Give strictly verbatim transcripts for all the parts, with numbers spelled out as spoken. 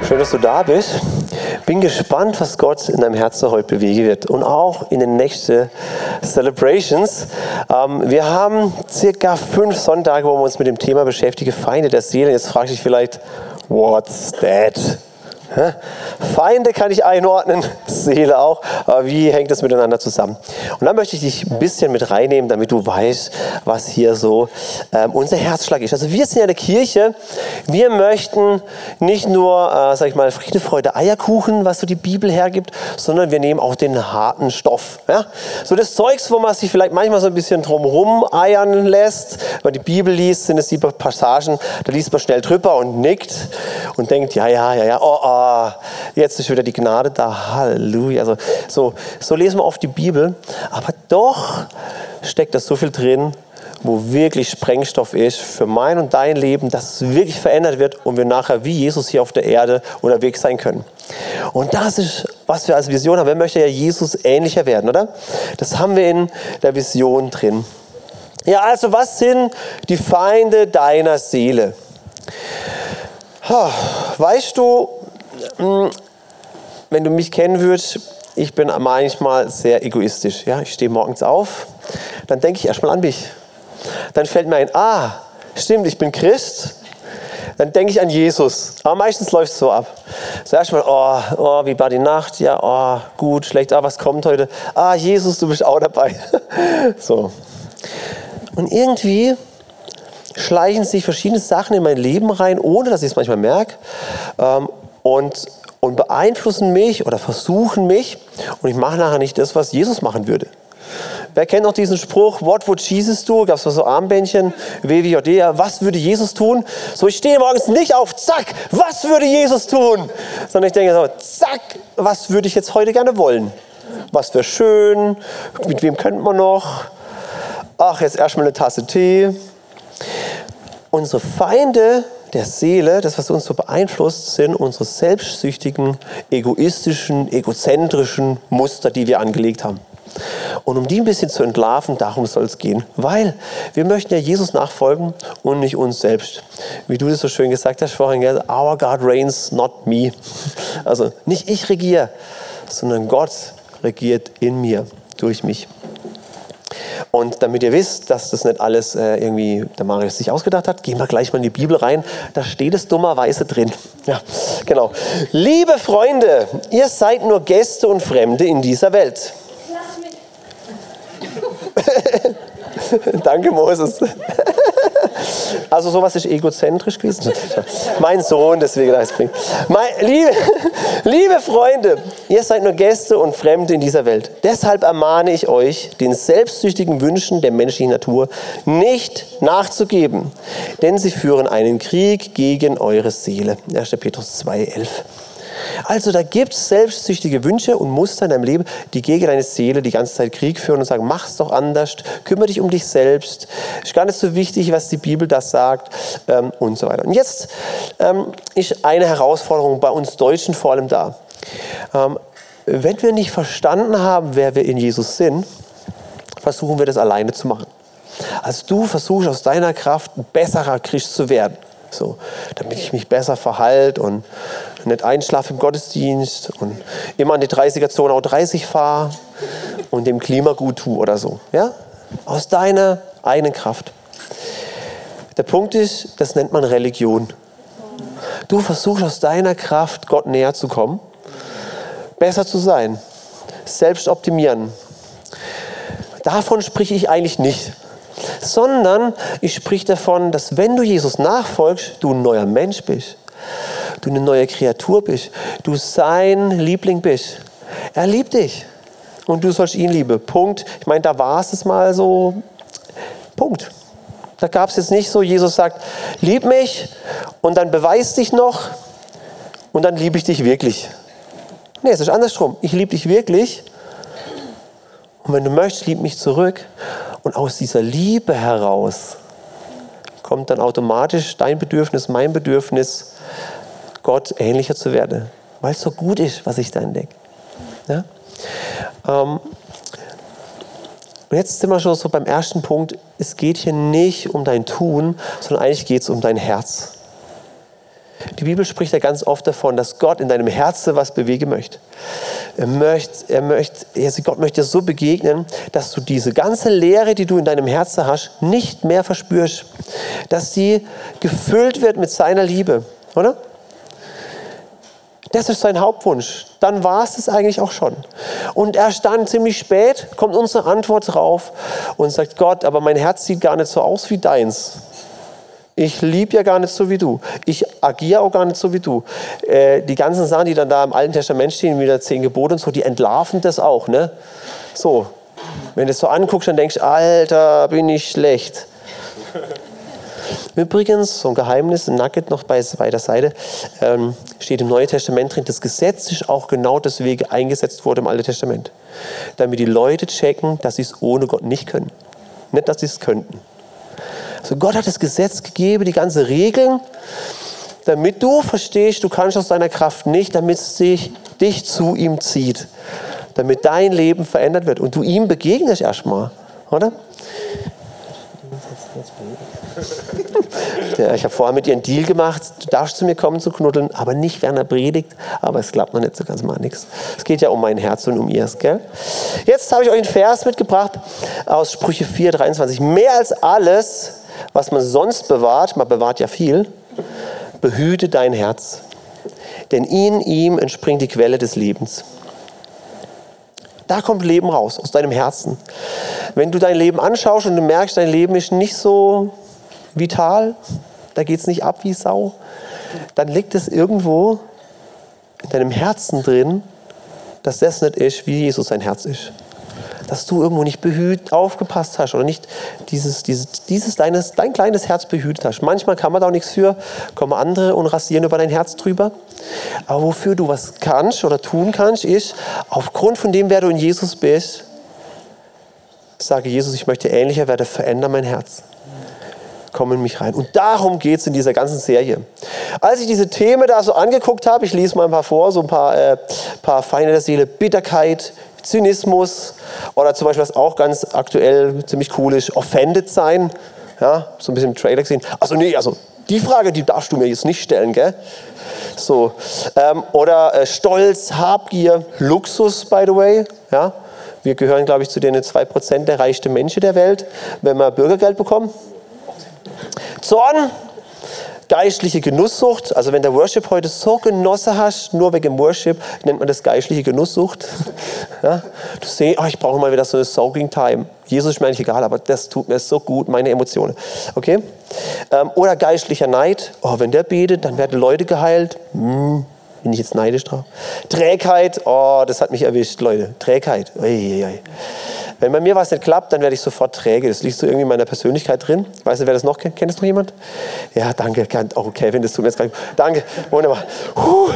Schön, dass du da bist. Bin gespannt, was Gott in deinem Herzen heute bewegen wird und auch in den nächsten Celebrations. Ähm, wir haben circa fünf Sonntage, wo wir uns mit dem Thema beschäftigen, Feinde der Seele. Jetzt fragst du dich vielleicht, what's that? Hä? Feinde kann ich einordnen, Seele auch, aber wie hängt das miteinander zusammen? Und dann möchte ich dich ein bisschen mit reinnehmen, damit du weißt, was hier so ähm, unser Herzschlag ist. Also wir sind ja eine Kirche, wir möchten nicht nur, äh, sag ich mal, Friede, Freude, Eierkuchen, was so die Bibel hergibt, sondern wir nehmen auch den harten Stoff. Ja? So das Zeugs, wo man sich vielleicht manchmal so ein bisschen drumherum eiern lässt, wenn man die Bibel liest, sind es die Passagen, da liest man schnell drüber und nickt und denkt, ja, ja, ja, ja, oh, oh, jetzt ist wieder die Gnade da, Halleluja. Also so, so lesen wir oft die Bibel, aber doch steckt da so viel drin, wo wirklich Sprengstoff ist für mein und dein Leben, dass es wirklich verändert wird und wir nachher wie Jesus hier auf der Erde unterwegs sein können. Und das ist, was wir als Vision haben. Wer möchte ja Jesus ähnlicher werden, oder? Das haben wir in der Vision drin. Ja, also was sind die Feinde deiner Seele? Weißt du, wenn du mich kennen würdest, ich bin manchmal sehr egoistisch. Ja? Ich stehe morgens auf, dann denke ich erstmal an mich. Dann fällt mir ein, ah, stimmt, ich bin Christ. Dann denke ich an Jesus. Aber meistens läuft es so ab. So erstmal, oh, oh, wie war die Nacht? Ja, oh, gut, schlecht. Ah, was kommt heute? Ah, Jesus, du bist auch dabei. So. Und irgendwie schleichen sich verschiedene Sachen in mein Leben rein, ohne dass ich es manchmal merke. Ähm, und, und beeinflussen mich oder versuchen mich. Und ich mache nachher nicht das, was Jesus machen würde. Wer kennt noch diesen Spruch, what would Jesus do? Gab es so Armbändchen, W W J D, was würde Jesus tun? So, ich stehe morgens nicht auf, zack, was würde Jesus tun? Sondern ich denke so, zack, was würde ich jetzt heute gerne wollen? Was wäre schön? Mit wem könnte man noch? Ach, jetzt erstmal eine Tasse Tee. Unsere Feinde der Seele, das, was uns so beeinflusst, sind unsere selbstsüchtigen, egoistischen, egozentrischen Muster, die wir angelegt haben. Und um die ein bisschen zu entlarven, darum soll es gehen. Weil wir möchten ja Jesus nachfolgen und nicht uns selbst. Wie du das so schön gesagt hast vorhin, our God reigns, not me. Also nicht ich regiere, sondern Gott regiert in mir, durch mich. Und damit ihr wisst, dass das nicht alles äh, irgendwie der Marius sich ausgedacht hat, gehen wir gleich mal in die Bibel rein. Da steht es dummerweise drin. Ja, genau. Liebe Freunde, ihr seid nur Gäste und Fremde in dieser Welt. Danke, Moses. Also sowas ist egozentrisch gewesen. Mein Sohn, deswegen das bringt. Liebe, liebe Freunde, ihr seid nur Gäste und Fremde in dieser Welt. Deshalb ermahne ich euch, den selbstsüchtigen Wünschen der menschlichen Natur nicht nachzugeben, denn sie führen einen Krieg gegen eure Seele. erster Petrus zwei, elf. Also da gibt es selbstsüchtige Wünsche und Muster in deinem Leben, die gegen deine Seele die ganze Zeit Krieg führen und sagen, mach's doch anders, kümmere dich um dich selbst, ist gar nicht so wichtig, was die Bibel das sagt ähm, und so weiter. Und jetzt ähm, ist eine Herausforderung bei uns Deutschen vor allem da. Ähm, wenn wir nicht verstanden haben, wer wir in Jesus sind, versuchen wir das alleine zu machen. Also du versuchst aus deiner Kraft ein besserer Christ zu werden. So, damit ich mich besser verhalte und nicht einschlafe im Gottesdienst und immer an die dreißiger-Zone auch dreißig fahre und dem Klima gut tue oder so. Ja? Aus deiner eigenen Kraft. Der Punkt ist, das nennt man Religion. Du versuchst aus deiner Kraft Gott näher zu kommen, besser zu sein, selbst optimieren. Davon spreche ich eigentlich nicht. Sondern ich spreche davon, dass wenn du Jesus nachfolgst, du ein neuer Mensch bist. Du eine neue Kreatur bist. Du sein Liebling bist. Er liebt dich. Und du sollst ihn lieben. Punkt. Ich meine, da war es mal so. Punkt. Da gab es jetzt nicht so, Jesus sagt, lieb mich und dann beweis dich noch und dann liebe ich dich wirklich. Nee, es ist andersrum. Ich liebe dich wirklich und wenn du möchtest, lieb mich zurück. Und aus dieser Liebe heraus kommt dann automatisch dein Bedürfnis, mein Bedürfnis, Gott ähnlicher zu werden. Weil es so gut ist, was ich da entdecke. Ja? Ähm, und jetzt sind wir schon so beim ersten Punkt. Es geht hier nicht um dein Tun, sondern eigentlich geht es um dein Herz. Die Bibel spricht ja ganz oft davon, dass Gott in deinem Herzen was bewegen möchte. Er möchte, er möchte, also Gott möchte dir so begegnen, dass du diese ganze Leere, die du in deinem Herzen hast, nicht mehr verspürst. Dass sie gefüllt wird mit seiner Liebe, oder? Das ist sein Hauptwunsch. Dann war es das eigentlich auch schon. Und erst dann, ziemlich spät, kommt unsere Antwort drauf und sagt, Gott, aber mein Herz sieht gar nicht so aus wie deins. Ich liebe ja gar nicht so wie du. Ich agiere auch gar nicht so wie du. Äh, die ganzen Sachen, die dann da im Alten Testament stehen, wie der zehn Gebote und so, die entlarven das auch. Ne? So, wenn du es so anguckst, dann denkst du, Alter, bin ich schlecht. Übrigens, so ein Geheimnis, ein Nugget noch bei der Seite, ähm, steht im Neuen Testament drin, das Gesetz ist auch genau deswegen eingesetzt worden im Alten Testament. Damit die Leute checken, dass sie es ohne Gott nicht können. Nicht, dass sie es könnten. Also Gott hat das Gesetz gegeben, die ganzen Regeln, damit du verstehst, du kannst aus deiner Kraft nicht, damit es dich, dich zu ihm zieht. Damit dein Leben verändert wird und du ihm begegnest erstmal, oder? Ja, ich habe vorher mit ihr einen Deal gemacht, du darfst zu mir kommen zu knuddeln, aber nicht während der Predigt, aber es klappt noch nicht so ganz mal nichts. Es geht ja um mein Herz und um ihrs, gell? Jetzt habe ich euch einen Vers mitgebracht aus Sprüche vier, dreiundzwanzig. Mehr als alles, was man sonst bewahrt, man bewahrt ja viel, behüte dein Herz, denn in ihm entspringt die Quelle des Lebens. Da kommt Leben raus, aus deinem Herzen. Wenn du dein Leben anschaust und du merkst, dein Leben ist nicht so vital, da geht es nicht ab wie Sau, dann liegt es irgendwo in deinem Herzen drin, dass das nicht ist, wie Jesus sein Herz ist. Dass du irgendwo nicht behütet, aufgepasst hast oder nicht dieses, dieses, dieses deines, dein kleines Herz behütet hast. Manchmal kann man da auch nichts für, kommen andere und rasieren über dein Herz drüber. Aber wofür du was kannst oder tun kannst, ist, aufgrund von dem, wer du in Jesus bist, sage Jesus, ich möchte ähnlicher werden, verändere mein Herz. Komm in mich rein. Und darum geht es in dieser ganzen Serie. Als ich diese Themen da so angeguckt habe, ich lese mal ein paar vor, so ein paar, äh, paar Feinde der Seele, Bitterkeit, Zynismus oder zum Beispiel, was auch ganz aktuell ziemlich cool ist, offended sein. Ja, so ein bisschen im Trailer gesehen. Also nee, also die Frage, die darfst du mir jetzt nicht stellen, gell? So. Ähm, oder äh, Stolz, Habgier, Luxus, by the way. Ja? Wir gehören, glaube ich, zu den zwei Prozent der reichsten Menschen der Welt, wenn wir Bürgergeld bekommen. Zorn, geistliche Genusssucht. Also wenn der Worship heute so genossen hast, nur wegen Worship, nennt man das geistliche Genusssucht. Ja? Du siehst, oh, ich brauche mal wieder so eine Soaking Time. Jesus ist mir eigentlich egal, aber das tut mir so gut, meine Emotionen. Okay? Ähm, oder geistlicher Neid. Oh, wenn der betet, dann werden Leute geheilt. Hm, bin ich jetzt neidisch drauf. Trägheit. Oh, das hat mich erwischt, Leute. Trägheit. Ui, ui. Wenn bei mir was nicht klappt, dann werde ich sofort träge. Das liegt so irgendwie in meiner Persönlichkeit drin. Weißt du, wer das noch kennt? Kennt das noch jemand? Ja, danke. Oh, Kevin, das tut mir jetzt gar nicht. Danke. Wunderbar. Puh.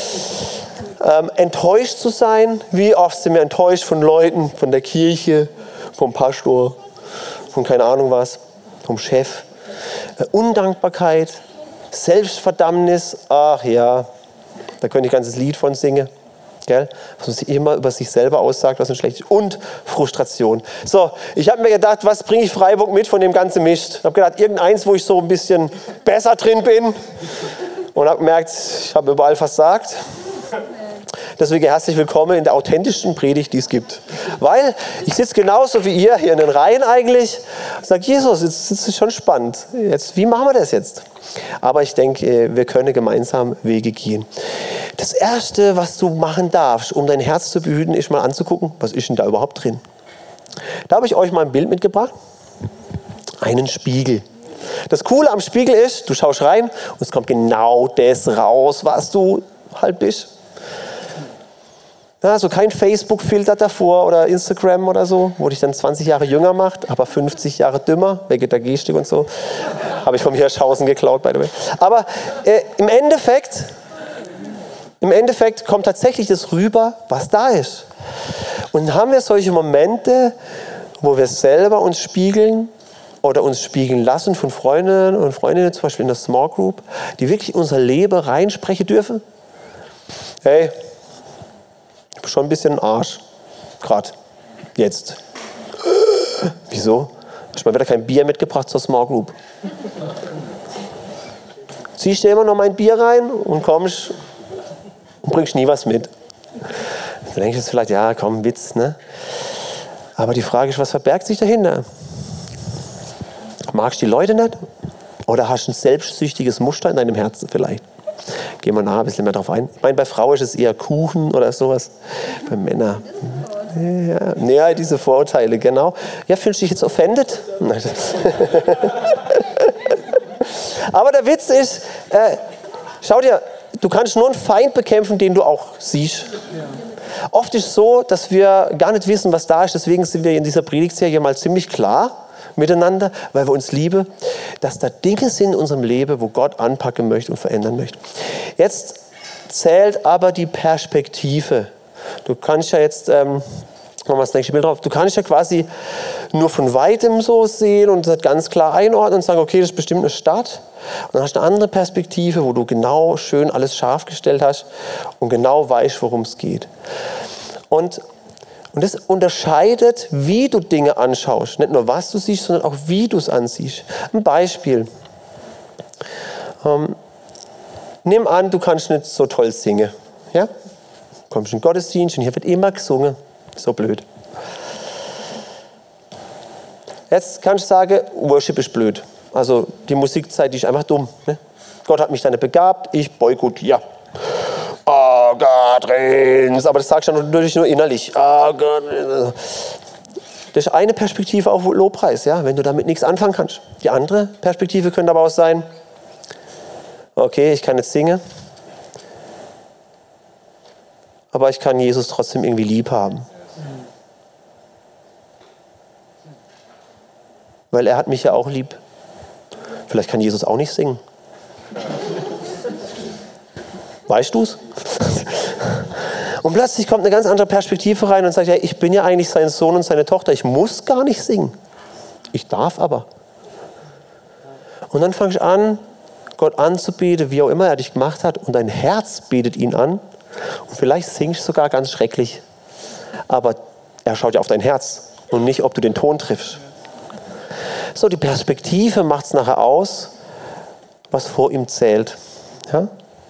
Ähm, enttäuscht zu sein. Wie oft sind wir enttäuscht von Leuten, von der Kirche, vom Pastor, von keine Ahnung was, vom Chef. Äh, Undankbarkeit, Selbstverdammnis. Ach ja, da könnte ich ein ganzes Lied von singen. Gell? Was man sich immer über sich selber aussagt, was nicht schlecht ist. Und Frustration. So, ich habe mir gedacht, was bringe ich Freiburg mit von dem ganzen Mist? Ich habe gedacht, irgendeins, wo ich so ein bisschen besser drin bin. Und habe gemerkt, ich habe überall versagt. Deswegen herzlich willkommen in der authentischsten Predigt, die es gibt. Weil ich sitze genauso wie ihr hier in den Reihen eigentlich und sage, Jesus, jetzt ist es schon spannend. Jetzt, wie machen wir das jetzt? Aber ich denke, wir können gemeinsam Wege gehen. Das Erste, was du machen darfst, um dein Herz zu behüten, ist mal anzugucken, was ist denn da überhaupt drin? Da habe ich euch mal ein Bild mitgebracht. Einen Spiegel. Das Coole am Spiegel ist, du schaust rein und es kommt genau das raus, was du halt bist. Ja, so kein Facebook-Filter davor oder Instagram oder so, wo dich dann zwanzig Jahre jünger macht, aber fünfzig Jahre dümmer, wegen der Gestik und so. Habe ich vom Hirschhausen geklaut, by the way. Aber äh, im Endeffekt, im Endeffekt kommt tatsächlich das rüber, was da ist. Und dann haben wir solche Momente, wo wir selber uns spiegeln oder uns spiegeln lassen von Freundinnen und Freundinnen, zum Beispiel in der Small Group, die wirklich in unser Leben reinsprechen dürfen. Hey, ich bin schon ein bisschen ein Arsch. Gerade. Jetzt. Wieso? Hast du mal wieder kein Bier mitgebracht zur Small Group? ziehst dir immer noch mein Bier rein und kommst und bringst nie was mit. Dann denkst du jetzt vielleicht, ja, komm, Witz, ne? Aber die Frage ist, was verbergt sich dahinter? Magst du die Leute nicht? Oder hast du ein selbstsüchtiges Muster in deinem Herzen vielleicht? Gehen wir nachher ein bisschen mehr drauf ein. Ich meine, bei Frauen ist es eher Kuchen oder sowas. Bei Männern. Ja, näher diese Vorurteile, genau. Ja, fühlst du dich jetzt offended? Nein. Aber der Witz ist, äh, schau dir, du kannst nur einen Feind bekämpfen, den du auch siehst. Oft ist es so, dass wir gar nicht wissen, was da ist. Deswegen sind wir in dieser Predigtserie mal ziemlich klar miteinander, weil wir uns lieben, dass da Dinge sind in unserem Leben, wo Gott anpacken möchte und verändern möchte. Jetzt zählt aber die Perspektive. Du kannst ja jetzt, ähm, machen wir das nächste Bild drauf, du kannst ja quasi nur von Weitem so sehen und das ganz klar einordnen und sagen, okay, das ist bestimmt eine Stadt. Und dann hast du eine andere Perspektive, wo du genau schön alles scharf gestellt hast und genau weißt, worum es geht. Und Und das unterscheidet, wie du Dinge anschaust. Nicht nur, was du siehst, sondern auch, wie du es ansiehst. Ein Beispiel. Ähm, nimm an, du kannst nicht so toll singen. Ja? Du kommst in den Gottesdienst und hier wird immer gesungen. So blöd. Jetzt kannst du sagen, Worship ist blöd. Also die Musikzeit, die ist einfach dumm. Ne? Gott hat mich da nicht begabt, ich boykottiere. Oh Gott, Rins. Aber das sagst du natürlich nur innerlich. Oh Gott. Das ist eine Perspektive auf Lobpreis, ja, wenn du damit nichts anfangen kannst. Die andere Perspektive könnte aber auch sein, okay, ich kann jetzt singen, aber ich kann Jesus trotzdem irgendwie lieb haben. Weil er hat mich ja auch lieb. Vielleicht kann Jesus auch nicht singen. Weißt du's? Und plötzlich kommt eine ganz andere Perspektive rein und sagt, ja, ich bin ja eigentlich sein Sohn und seine Tochter. Ich muss gar nicht singen. Ich darf aber. Und dann fangst du an, Gott anzubeten, wie auch immer er dich gemacht hat. Und dein Herz betet ihn an. Und vielleicht singst du sogar ganz schrecklich. Aber er schaut ja auf dein Herz und nicht, ob du den Ton triffst. So, die Perspektive macht es nachher aus, was vor ihm zählt. Ja?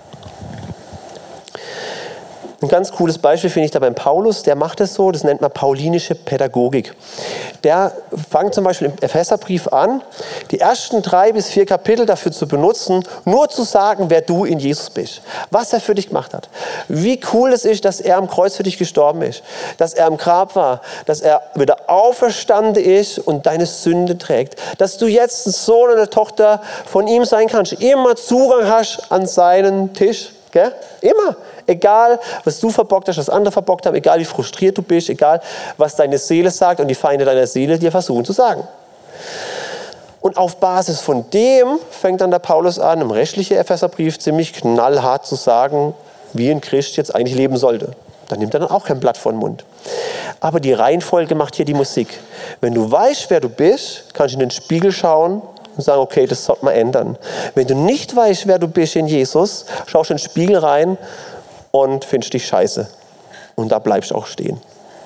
Ein ganz cooles Beispiel finde ich da beim Paulus, der macht es so, das nennt man paulinische Pädagogik. Der fängt zum Beispiel im Epheserbrief an, die ersten drei bis vier Kapitel dafür zu benutzen, nur zu sagen, wer du in Jesus bist, was er für dich gemacht hat. Wie cool es ist, dass er am Kreuz für dich gestorben ist, dass er im Grab war, dass er wieder auferstanden ist und deine Sünde trägt, dass du jetzt ein Sohn oder eine Tochter von ihm sein kannst, immer Zugang hast an seinen Tisch. Gell? Immer. Egal, was du verbockt hast, was andere verbockt haben, egal wie frustriert du bist, egal, was deine Seele sagt und die Feinde deiner Seele dir versuchen zu sagen. Und auf Basis von dem fängt dann der Paulus an, im restlichen Epheserbrief ziemlich knallhart zu sagen, wie ein Christ jetzt eigentlich leben sollte. Dann nimmt er dann auch kein Blatt vor den Mund. Aber die Reihenfolge macht hier die Musik. Wenn du weißt, wer du bist, kannst du in den Spiegel schauen und sagen, okay, das sollte man ändern. Wenn du nicht weißt, wer du bist in Jesus, schaust du in den Spiegel rein und findest dich scheiße. Und da bleibst du auch stehen.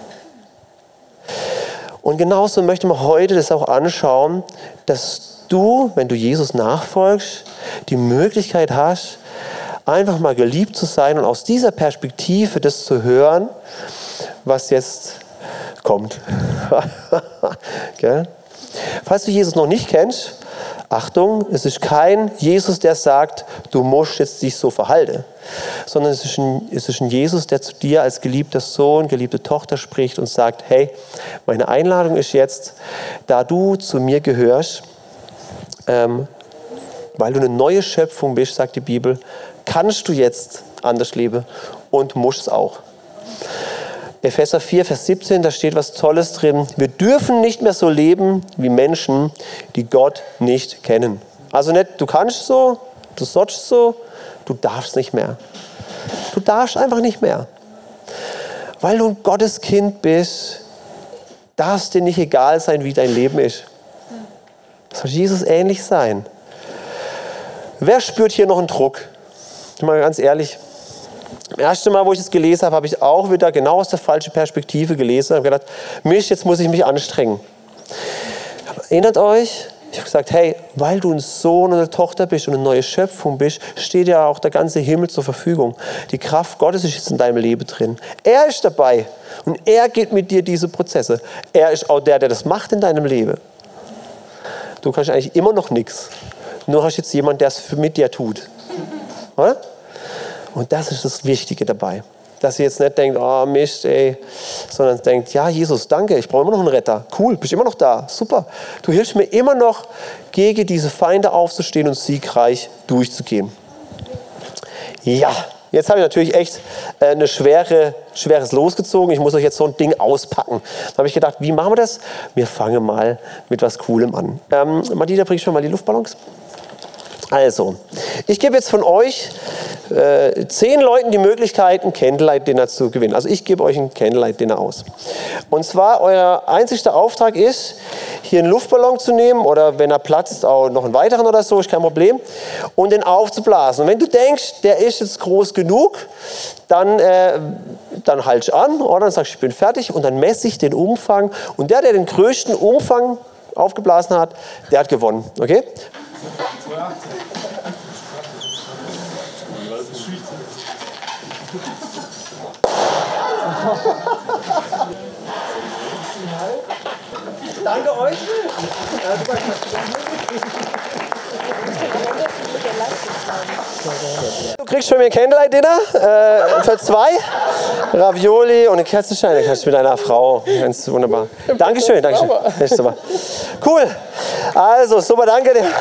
Und genauso möchte man heute das auch anschauen, dass du, wenn du Jesus nachfolgst, die Möglichkeit hast, einfach mal geliebt zu sein und aus dieser Perspektive das zu hören, was jetzt kommt. Gell? Falls du Jesus noch nicht kennst, Achtung, es ist kein Jesus, der sagt, du musst jetzt dich so verhalten, sondern es ist, ein, es ist ein Jesus, der zu dir als geliebter Sohn, geliebte Tochter spricht und sagt, hey, meine Einladung ist jetzt, da du zu mir gehörst, ähm, weil du eine neue Schöpfung bist, sagt die Bibel, kannst du jetzt anders leben und musst es auch. Epheser vier, Vers siebzehn, da steht was Tolles drin. Wir dürfen nicht mehr so leben wie Menschen, die Gott nicht kennen. Also nicht, du kannst so, du sollst so, du darfst nicht mehr. Du darfst einfach nicht mehr. Weil du ein Gottes Kind bist, darf es dir nicht egal sein, wie dein Leben ist. Das soll Jesus ähnlich sein. Wer spürt hier noch einen Druck? Mal ganz ehrlich. Das erste Mal, wo ich es gelesen habe, habe ich auch wieder genau aus der falschen Perspektive gelesen. Ich habe gedacht, Mist, jetzt muss ich mich anstrengen. Erinnert euch, Ich habe gesagt, hey, weil du ein Sohn oder eine Tochter bist und eine neue Schöpfung bist, steht ja auch der ganze Himmel zur Verfügung. Die Kraft Gottes ist jetzt in deinem Leben drin. Er ist dabei und er geht mit dir diese Prozesse. Er ist auch der, der das macht in deinem Leben. Du kannst eigentlich immer noch nichts. Nur hast jetzt jemand, der es mit dir tut. Oder? Und das ist das Wichtige dabei. Dass ihr jetzt nicht denkt, oh Mist, ey, sondern denkt, ja Jesus, danke, ich brauche immer noch einen Retter. Cool, bist immer noch da, super. Du hilfst mir immer noch, gegen diese Feinde aufzustehen und siegreich durchzugehen. Ja, jetzt habe ich natürlich echt äh, eine schwere, schweres losgezogen. Ich muss euch jetzt so ein Ding auspacken. Da habe ich gedacht, wie machen wir das? Wir fangen mal mit was Coolem an. Ähm, Madita, bringst du mal die Luftballons? Also, ich gebe jetzt von euch äh, zehn Leuten die Möglichkeit, ein Candlelight-Dinner zu gewinnen. Also ich gebe euch ein Candlelight-Dinner aus. Und zwar, euer einzigster Auftrag ist, hier einen Luftballon zu nehmen oder wenn er platzt, auch noch einen weiteren oder so, ist kein Problem, und den aufzublasen. Und wenn du denkst, der ist jetzt groß genug, dann, äh, dann halt ich an oder dann sagst du, ich bin fertig und dann messe ich den Umfang. Und der, der den größten Umfang aufgeblasen hat, der hat gewonnen. Okay? Danke euch. Du kriegst von mir ein Candlelight-Dinner äh, für zwei. Ravioli und eine Kerzenschein. Da kannst du mit deiner Frau. Ganz wunderbar. Dankeschön. Dankeschön. Das ist super. Cool. Also, super, danke dir.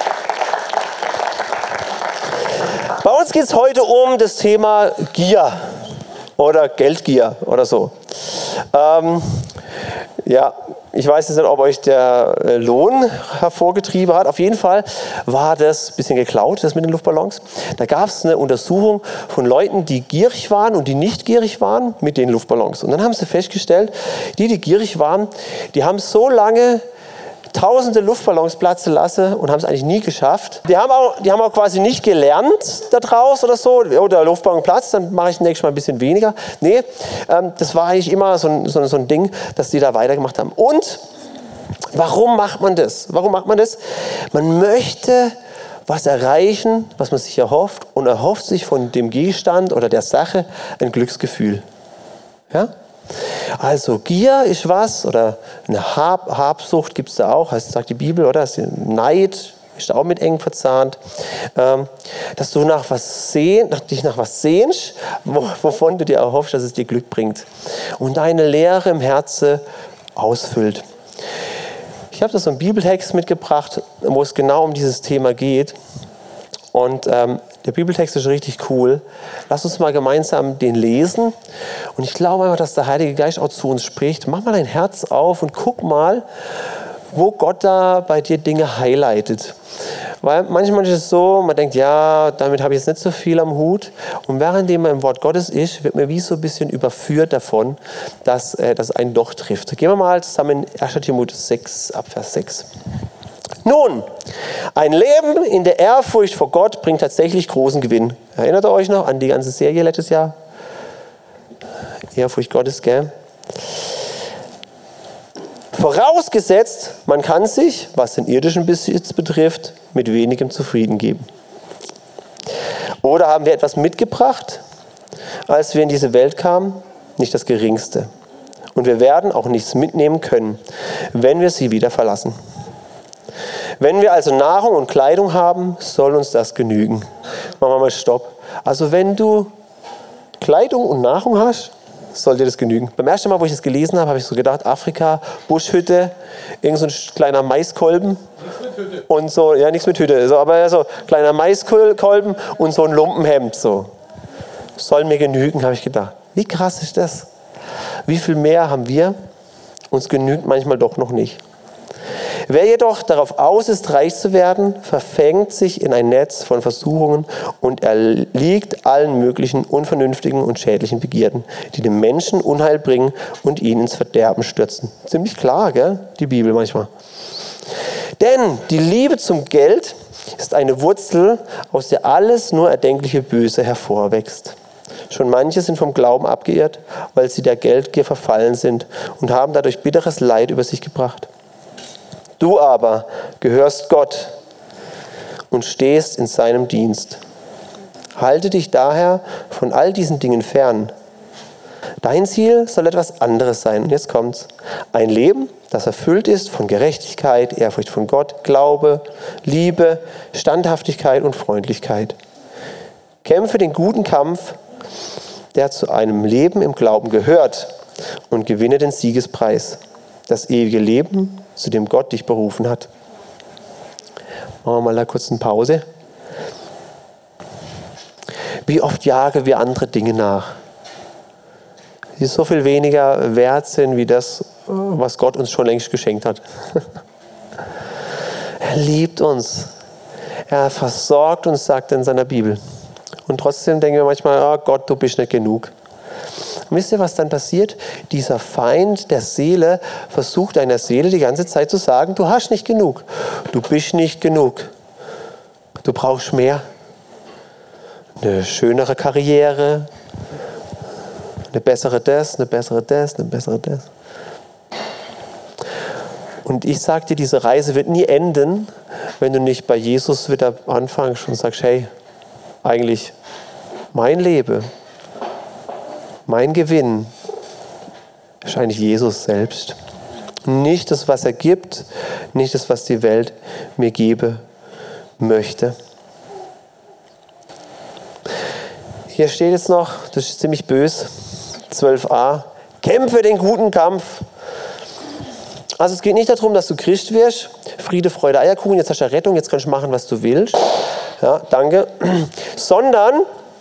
Bei uns geht es heute um das Thema Gier oder Geldgier oder so. Ähm, ja, ich weiß jetzt nicht, ob euch der Lohn hervorgetrieben hat. Auf jeden Fall war das ein bisschen geklaut, das mit den Luftballons. Da gab es eine Untersuchung von Leuten, die gierig waren und die nicht gierig waren mit den Luftballons. Und dann haben sie festgestellt, die, die gierig waren, die haben so lange tausende Luftballons platzen lassen und haben es eigentlich nie geschafft. Die haben auch, die haben auch quasi nicht gelernt daraus oder so, oh, der Luftballon platzt, dann mache ich nächstes Mal ein bisschen weniger. Nee, ähm, das war eigentlich immer so ein, so, so ein Ding, dass die da weitergemacht haben. Und warum macht man das? Warum macht man das? Man möchte was erreichen, was man sich erhofft und erhofft sich von dem Gegenstand oder der Sache ein Glücksgefühl. Ja? Also Gier ist was, oder eine Hab, Habsucht gibt es da auch, heißt, sagt die Bibel, oder? Neid ist da auch mit eng verzahnt. Ähm, dass du nach was sehn, nach, dich nach was sehnst, wo, wovon du dir erhoffst, dass es dir Glück bringt. Und deine Leere im Herzen ausfüllt. Ich habe da so einen Bibeltext mitgebracht, wo es genau um dieses Thema geht. Und ähm, der Bibeltext ist richtig cool. Lass uns mal gemeinsam den lesen. Und ich glaube einfach, dass der Heilige Geist auch zu uns spricht. Mach mal dein Herz auf und guck mal, wo Gott da bei dir Dinge highlightet. Weil manchmal ist es so, man denkt, ja, damit habe ich jetzt nicht so viel am Hut. Und während man im Wort Gottes ist, wird man wie so ein bisschen überführt davon, dass äh, das einen doch trifft. Gehen wir mal zusammen in erster Timotheus sechs, ab Vers sechs. Nun, ein Leben in der Ehrfurcht vor Gott bringt tatsächlich großen Gewinn. Erinnert ihr euch noch an die ganze Serie letztes Jahr? Ehrfurcht Gottes, gell? Vorausgesetzt, man kann sich, was den irdischen Besitz betrifft, mit wenigem zufrieden geben. Oder haben wir etwas mitgebracht, als wir in diese Welt kamen? Nicht das Geringste. Und wir werden auch nichts mitnehmen können, wenn wir sie wieder verlassen. Wenn wir also Nahrung und Kleidung haben, soll uns das genügen. Machen wir mal Stopp. Also wenn du Kleidung und Nahrung hast, soll dir das genügen. Beim ersten Mal, wo ich das gelesen habe, habe ich so gedacht, Afrika, Buschhütte, irgend so ein kleiner Maiskolben. Nichts mit Hütte. Und so, ja, nichts mit Hütte. So, aber so kleiner Maiskolben und so ein Lumpenhemd. So. Soll mir genügen, habe ich gedacht. Wie krass ist das? Wie viel mehr haben wir? Uns genügt manchmal doch noch nicht. Wer jedoch darauf aus ist, reich zu werden, verfängt sich in ein Netz von Versuchungen und erliegt allen möglichen unvernünftigen und schädlichen Begierden, die dem Menschen Unheil bringen und ihn ins Verderben stürzen. Ziemlich klar, gell? Die Bibel manchmal. Denn die Liebe zum Geld ist eine Wurzel, aus der alles nur erdenkliche Böse hervorwächst. Schon manche sind vom Glauben abgeirrt, weil sie der Geldgier verfallen sind und haben dadurch bitteres Leid über sich gebracht. Du aber gehörst Gott und stehst in seinem Dienst. Halte dich daher von all diesen Dingen fern. Dein Ziel soll etwas anderes sein. Und jetzt kommt's. Ein Leben, das erfüllt ist von Gerechtigkeit, Ehrfurcht von Gott, Glaube, Liebe, Standhaftigkeit und Freundlichkeit. Kämpfe den guten Kampf, der zu einem Leben im Glauben gehört, und gewinne den Siegespreis, das ewige Leben, zu dem Gott dich berufen hat. Machen wir mal da kurz eine Pause. Wie oft jagen wir andere Dinge nach, die so viel weniger wert sind wie das, was Gott uns schon längst geschenkt hat. Er liebt uns. Er versorgt uns, sagt er in seiner Bibel. Und trotzdem denken wir manchmal, oh Gott, du bist nicht genug. Und wisst ihr, was dann passiert? Dieser Feind der Seele versucht einer Seele die ganze Zeit zu sagen, du hast nicht genug, du bist nicht genug, du brauchst mehr. Eine schönere Karriere, eine bessere das, eine bessere das, eine bessere das. Und ich sage dir, diese Reise wird nie enden, wenn du nicht bei Jesus wieder anfängst und sagst, hey, eigentlich mein Leben, mein Gewinn ist eigentlich Jesus selbst. Nicht das, was er gibt, nicht das, was die Welt mir geben möchte. Hier steht jetzt noch, das ist ziemlich böse, zwölf a, kämpfe den guten Kampf. Also es geht nicht darum, dass du Christ wirst, Friede, Freude, Eierkuchen, jetzt hast du Rettung, jetzt kannst du machen, was du willst. Ja, danke. Sondern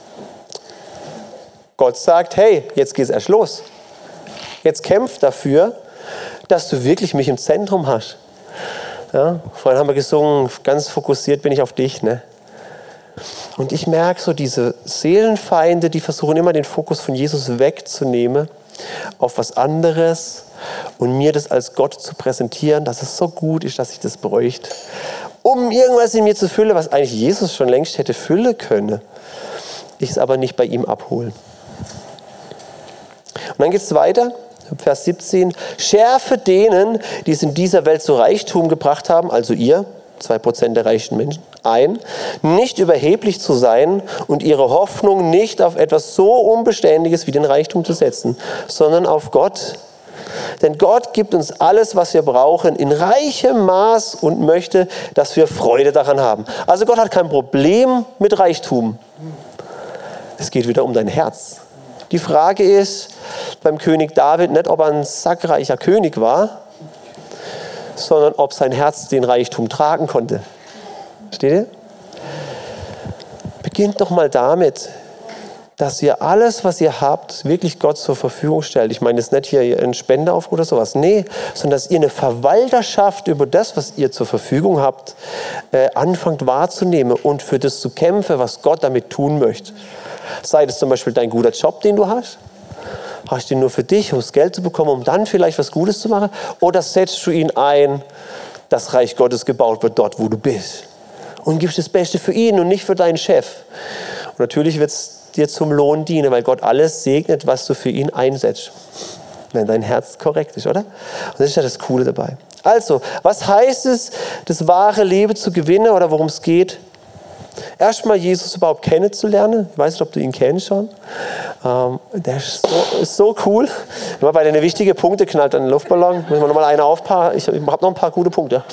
Gott sagt, hey, jetzt geht's erst los. Jetzt kämpf dafür, dass du wirklich mich im Zentrum hast. Ja, vorhin haben wir gesungen, ganz fokussiert bin ich auf dich. Ne? Und ich merke so, diese Seelenfeinde, die versuchen immer den Fokus von Jesus wegzunehmen auf was anderes und mir das als Gott zu präsentieren, dass es so gut ist, dass ich das bräuchte, um irgendwas in mir zu füllen, was eigentlich Jesus schon längst hätte füllen können. Ich es aber nicht bei ihm abholen. Und dann geht es weiter, Vers siebzehn. Schärfe denen, die es in dieser Welt zu Reichtum gebracht haben, also ihr, zwei Prozent der reichen Menschen, ein, nicht überheblich zu sein und ihre Hoffnung nicht auf etwas so Unbeständiges wie den Reichtum zu setzen, sondern auf Gott. Denn Gott gibt uns alles, was wir brauchen, in reichem Maß und möchte, dass wir Freude daran haben. Also Gott hat kein Problem mit Reichtum. Es geht wieder um dein Herz. Die Frage ist beim König David nicht, ob er ein sackreicher König war, sondern ob sein Herz den Reichtum tragen konnte. Versteht ihr? Beginnt doch mal damit, dass ihr alles, was ihr habt, wirklich Gott zur Verfügung stellt. Ich meine, das ist nicht hier ein Spendeaufruf oder sowas. Nee, sondern dass ihr eine Verwalterschaft über das, was ihr zur Verfügung habt, äh, anfangt wahrzunehmen und für das zu kämpfen, was Gott damit tun möchte. Sei das zum Beispiel dein guter Job, den du hast. Hast du ihn nur für dich, um das Geld zu bekommen, um dann vielleicht was Gutes zu machen? Oder setzt du ihn ein, das Reich Gottes gebaut wird dort, wo du bist? Und gibst das Beste für ihn und nicht für deinen Chef. Und natürlich wird es dir zum Lohn dienen, weil Gott alles segnet, was du für ihn einsetzt. Wenn dein Herz korrekt ist, oder? Und das ist ja das Coole dabei. Also, was heißt es, das wahre Leben zu gewinnen oder worum es geht? Erstmal Jesus überhaupt kennenzulernen. Ich weiß nicht, ob du ihn kennst schon. Ähm, der ist so, ist so cool. Immer bei den wichtigen Punkten knallt dann ein Luftballon. Müssen wir nochmal eine aufpacken. Ich habe noch ein paar gute Punkte.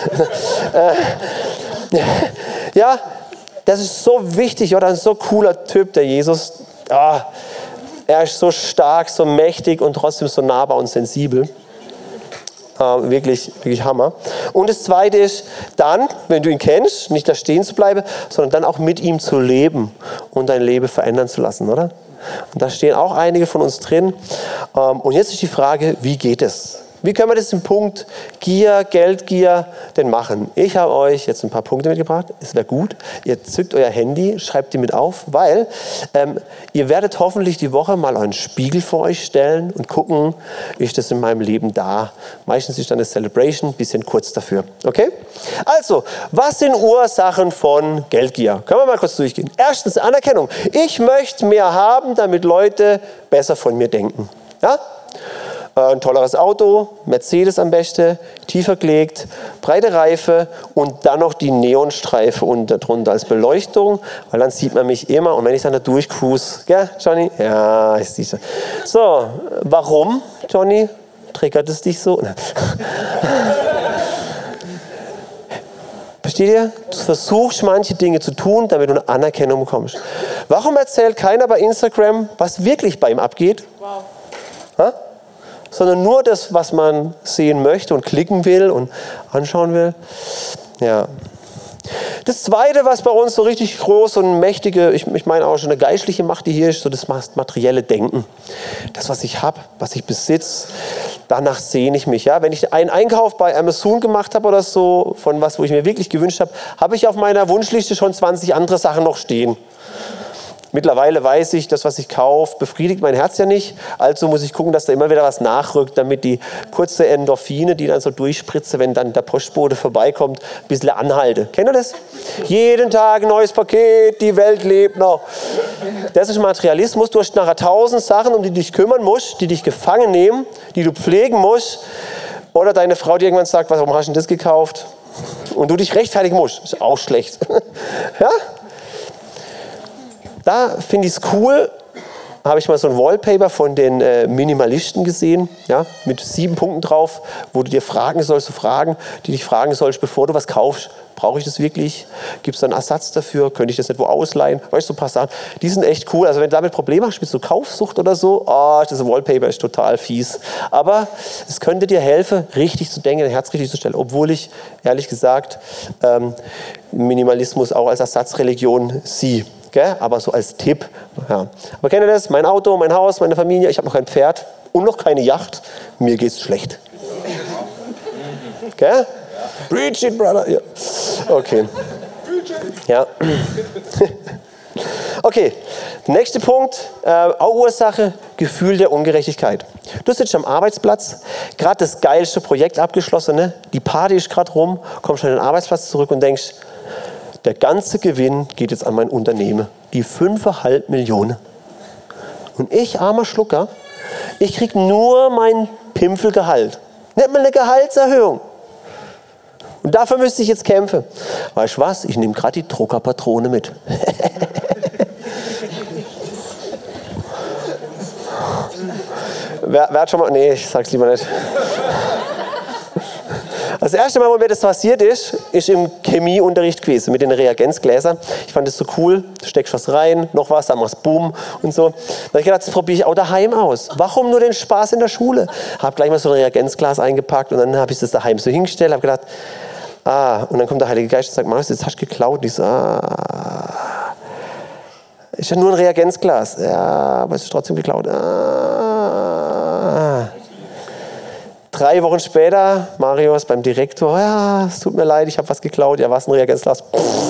äh, ja, das ist so wichtig. Oder ein so cooler Typ, der Jesus. Ah, er ist so stark, so mächtig und trotzdem so nahbar und sensibel. Äh, wirklich, wirklich Hammer. Und das Zweite ist dann, wenn du ihn kennst, nicht da stehen zu bleiben, sondern dann auch mit ihm zu leben und dein Leben verändern zu lassen, oder? Und da stehen auch einige von uns drin. Ähm, und jetzt ist die Frage, wie geht es? Wie können wir das im Punkt Gier, Geldgier denn machen? Ich habe euch jetzt ein paar Punkte mitgebracht. Es wäre gut, ihr zückt euer Handy, schreibt die mit auf, weil ähm, ihr werdet hoffentlich die Woche mal einen Spiegel vor euch stellen und gucken, ist das in meinem Leben da? Meistens ist dann eine Celebration, ein bisschen kurz dafür. Okay? Also, was sind Ursachen von Geldgier? Können wir mal kurz durchgehen. Erstens Anerkennung. Ich möchte mehr haben, damit Leute besser von mir denken. Ja? Äh, ein tolleres Auto, Mercedes am besten, tiefer gelegt, breite Reife und dann noch die Neonstreife unter drunter als Beleuchtung, weil dann sieht man mich immer und wenn ich dann da durchcruise, gell, Johnny? Ja, ich sehe schon. So, warum, Johnny? Triggert es dich so? Versteht ihr? Du versuchst manche Dinge zu tun, damit du eine Anerkennung bekommst. Warum erzählt keiner bei Instagram, was wirklich bei ihm abgeht? Wow. Ha? Sondern nur das, was man sehen möchte und klicken will und anschauen will. Ja. Das Zweite, was bei uns so richtig groß und mächtige, ich, ich meine auch schon eine geistliche Macht, die hier ist, so das materielle Denken. Das, was ich habe, was ich besitze, danach sehne ich mich. Ja? Wenn ich einen Einkauf bei Amazon gemacht habe oder so, von was, wo ich mir wirklich gewünscht habe, habe ich auf meiner Wunschliste schon zwanzig andere Sachen noch stehen. Mittlerweile weiß ich, das, was ich kaufe, befriedigt mein Herz ja nicht. Also muss ich gucken, dass da immer wieder was nachrückt, damit die kurze Endorphine, die dann so durchspritze, wenn dann der Postbote vorbeikommt, ein bisschen anhalte. Kennt ihr das? Jeden Tag ein neues Paket, die Welt lebt noch. Das ist Materialismus. Du hast nachher tausend Sachen, um die du dich kümmern musst, die dich gefangen nehmen, die du pflegen musst. Oder deine Frau, die irgendwann sagt, warum hast du denn das gekauft? Und du dich rechtfertigen musst. Ist auch schlecht. Ja? Da finde ich es cool, habe ich mal so ein Wallpaper von den äh, Minimalisten gesehen, ja, mit sieben Punkten drauf, wo du dir fragen sollst, so Fragen, die dich fragen sollst, bevor du was kaufst. Brauche ich das wirklich? Gibt es da einen Ersatz dafür? Könnte ich das nicht wo ausleihen? Weißt du, so ein paar Sachen. Die sind echt cool. Also wenn du damit Probleme hast mit so Kaufsucht oder so, oh, das Wallpaper ist total fies. Aber es könnte dir helfen, richtig zu denken, dein Herz richtig zu stellen. Obwohl ich, ehrlich gesagt, ähm, Minimalismus auch als Ersatzreligion sehe. Gell? Aber so als Tipp. Ja. Aber kennt ihr das? Mein Auto, mein Haus, meine Familie, ich habe noch kein Pferd und noch keine Yacht. Mir geht's schlecht. Gell? Preach it, brother. Ja. Okay. Ja. Okay, nächster Punkt, äh, auch Ursache, Gefühl der Ungerechtigkeit. Du sitzt am Arbeitsplatz, gerade das geilste Projekt abgeschlossen, ne? Die Party ist gerade rum, kommst an den Arbeitsplatz zurück und denkst, der ganze Gewinn geht jetzt an mein Unternehmen. Die fünfeinhalb Millionen. Und ich, armer Schlucker, ich krieg nur mein Pimpfelgehalt. Nicht mal eine Gehaltserhöhung. Und dafür müsste ich jetzt kämpfen. Weißt du was? Ich nehme gerade die Druckerpatrone mit. wer, wer hat schon mal... Nee, ich sag's lieber nicht. Das erste Mal, wo mir das passiert ist, ist im Chemieunterricht gewesen mit den Reagenzgläsern. Ich fand das so cool, du steckst was rein, noch was, dann machst Boom und so. Dann habe ich gedacht, das probiere ich auch daheim aus. Warum nur den Spaß in der Schule? Habe gleich mal so ein Reagenzglas eingepackt und dann habe ich das daheim so hingestellt, habe gedacht, ah, und dann kommt der Heilige Geist und sagt, Marius, jetzt hast du geklaut. Und ich so, ah, ist ja nur ein Reagenzglas. Ja, aber es ist trotzdem geklaut. Ah. Drei Wochen später, Marius beim Direktor, ja, es tut mir leid, ich habe was geklaut, ja, was, ein Reagenzglas?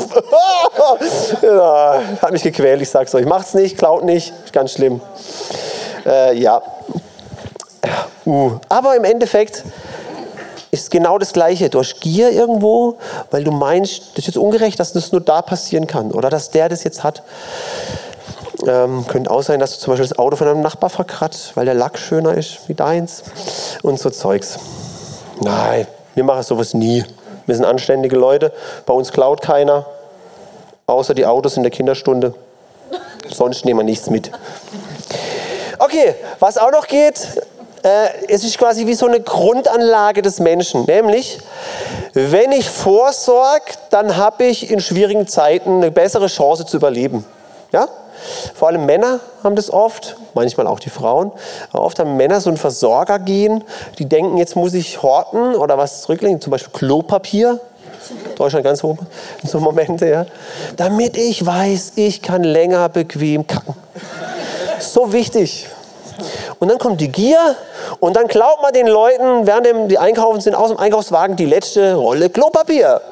Ja, hat mich gequält, ich sag's euch, macht's nicht, klaut nicht, ist ganz schlimm. Äh, ja. Uh. Aber im Endeffekt ist genau das Gleiche. Du hast Gier irgendwo, weil du meinst, das ist jetzt ungerecht, dass das nur da passieren kann oder dass der das jetzt hat. Ähm, könnte auch sein, dass du zum Beispiel das Auto von einem Nachbar verkratzt, weil der Lack schöner ist wie deins und so Zeugs. Nein, wir machen sowas nie. Wir sind anständige Leute. Bei uns klaut keiner, außer die Autos in der Kinderstunde. Sonst nehmen wir nichts mit. Okay, was auch noch geht, äh, es ist quasi wie so eine Grundanlage des Menschen. Nämlich, wenn ich vorsorge, dann habe ich in schwierigen Zeiten eine bessere Chance zu überleben. Ja? Vor allem Männer haben das oft, manchmal auch die Frauen. Aber oft haben Männer so ein Versorgergehen, die denken, jetzt muss ich horten oder was zurücklegen, zum Beispiel Klopapier. Deutschland ganz hoch, in so Momente, ja. Damit ich weiß, ich kann länger bequem kacken. So wichtig. Und dann kommt die Gier und dann klaut man den Leuten, während die einkaufen sind, aus dem Einkaufswagen die letzte Rolle Klopapier.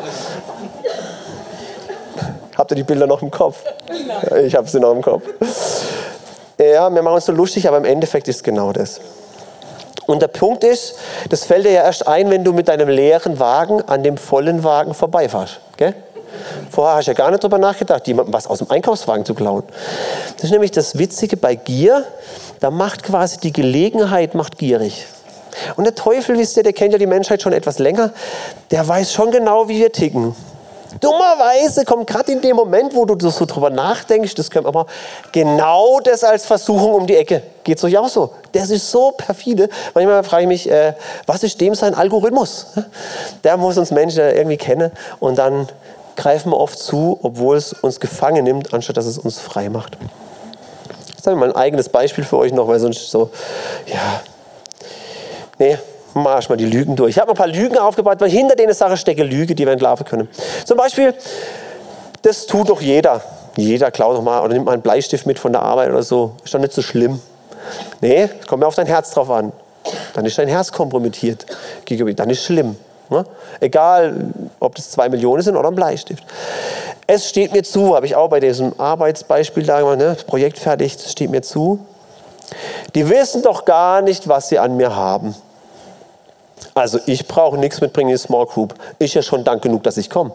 Habt ihr die Bilder noch im Kopf? Ja, ich habe sie noch im Kopf. Ja, wir machen uns so lustig, aber im Endeffekt ist es genau das. Und der Punkt ist, das fällt dir ja erst ein, wenn du mit deinem leeren Wagen an dem vollen Wagen vorbeifährst. Gell? Vorher hast du ja gar nicht drüber nachgedacht, jemandem was aus dem Einkaufswagen zu klauen. Das ist nämlich das Witzige bei Gier, da macht quasi die Gelegenheit macht gierig. Und der Teufel, wisst ihr, der kennt ja die Menschheit schon etwas länger, der weiß schon genau, wie wir ticken. Dummerweise kommt gerade in dem Moment, wo du so drüber nachdenkst, das kommt aber genau das als Versuchung um die Ecke. Geht es euch auch so? Das ist so perfide. Manchmal frage ich mich, äh, was ist dem sein Algorithmus? Der muss uns Menschen irgendwie kennen und dann greifen wir oft zu, obwohl es uns gefangen nimmt, anstatt dass es uns frei macht. Jetzt habe ich mal ein eigenes Beispiel für euch noch, weil sonst so, ja, nee, mach erst mal die Lügen durch. Ich habe ein paar Lügen aufgebaut, weil hinter denen Sache stecke Lüge, die wir entlarven können. Zum Beispiel, das tut doch jeder. Jeder klaut doch mal oder nimmt mal einen Bleistift mit von der Arbeit oder so. Ist doch nicht so schlimm. Nee, es kommt mir auf dein Herz drauf an. Dann ist dein Herz kompromittiert. Dann ist es schlimm. Ne? Egal, ob das zwei Millionen sind oder ein Bleistift. Es steht mir zu, habe ich auch bei diesem Arbeitsbeispiel da gemacht, ne? Das Projekt fertig, das steht mir zu. Die wissen doch gar nicht, was sie an mir haben. Also ich brauche nichts mitbringen in die Small Group. Ist ja schon Dank genug, dass ich komme.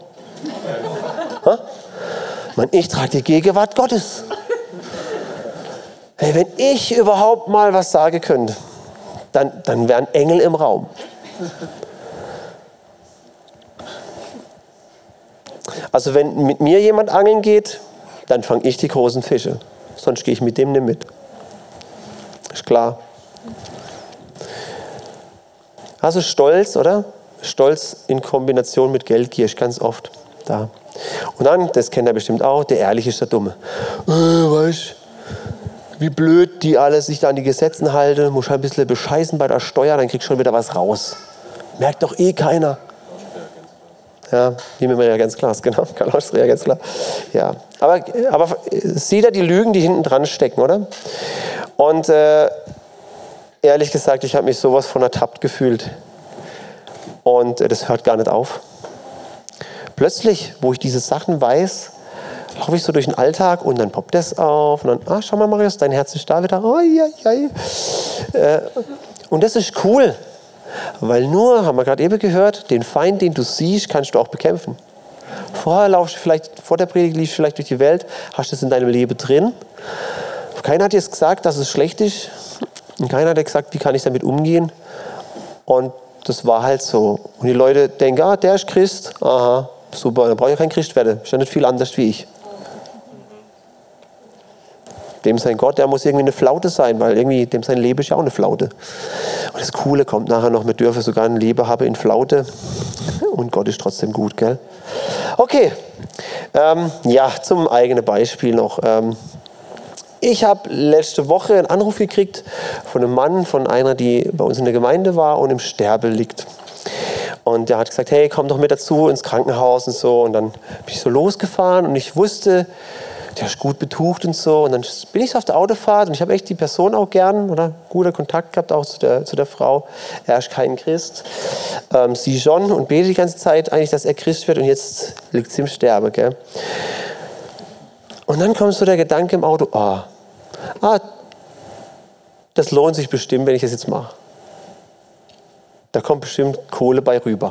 Ich trage die Gegenwart Gottes. Hey, wenn ich überhaupt mal was sagen könnte, dann, dann wären Engel im Raum. Also wenn mit mir jemand angeln geht, dann fange ich die großen Fische. Sonst gehe ich mit dem nicht mit. Ist klar. Also Stolz, oder? Stolz in Kombination mit Geldgier ist ganz oft da. Und dann, das kennt er bestimmt auch, der Ehrliche ist der Dumme. Äh, weißt du, wie blöd die alle sich da an die Gesetzen halten, muss halt ein bisschen bescheißen bei der Steuer, dann kriegst du schon wieder was raus. Merkt doch eh keiner. Ja, wie mir ja ganz klar ist, genau. Karl-Austria, ganz klar. Ja, aber, aber seht ihr die Lügen, die hinten dran stecken, oder? Und äh, ehrlich gesagt, ich habe mich sowas von ertappt gefühlt. Und äh, das hört gar nicht auf. Plötzlich, wo ich diese Sachen weiß, laufe ich so durch den Alltag und dann poppt das auf. Und dann, ah, schau mal, Marius, dein Herz ist da wieder. Oh, ja, ja. Äh, und das ist cool. Weil nur, haben wir gerade eben gehört, den Feind, den du siehst, kannst du auch bekämpfen. Vorher laufst du vielleicht, vor der Predigt liefst du vielleicht durch die Welt, hast das in deinem Leben drin. Keiner hat dir gesagt, dass es schlecht ist. Und keiner hat dir gesagt, wie kann ich damit umgehen. Und das war halt so. Und die Leute denken, ah, der ist Christ. Aha, super, dann brauche ich ja kein Christ werden. Ist ja nicht viel anders wie ich. Dem sein Gott, der muss irgendwie eine Flaute sein, weil irgendwie dem sein Leben ist ja auch eine Flaute. Und das Coole kommt nachher noch, wir dürfen sogar ein Leben haben in Flaute. Und Gott ist trotzdem gut, gell? Okay, ähm, ja, zum eigenen Beispiel noch. Ähm, ich habe letzte Woche einen Anruf gekriegt von einem Mann, von einer, die bei uns in der Gemeinde war und im Sterben liegt. Und der hat gesagt, hey, komm doch mit dazu ins Krankenhaus und so. Und dann bin ich so losgefahren und ich wusste, der ist gut betucht und so. Und dann bin ich so auf der Autofahrt und ich habe echt die Person auch gern, oder? Guter Kontakt gehabt auch zu der, zu der Frau. Er ist kein Christ, ähm, sie schon und betet die ganze Zeit eigentlich, dass er Christ wird und jetzt liegt sie im Sterben, gell? Und dann kommt so der Gedanke im Auto, ah, ah, das lohnt sich bestimmt, wenn ich das jetzt mache. Da kommt bestimmt Kohle bei rüber.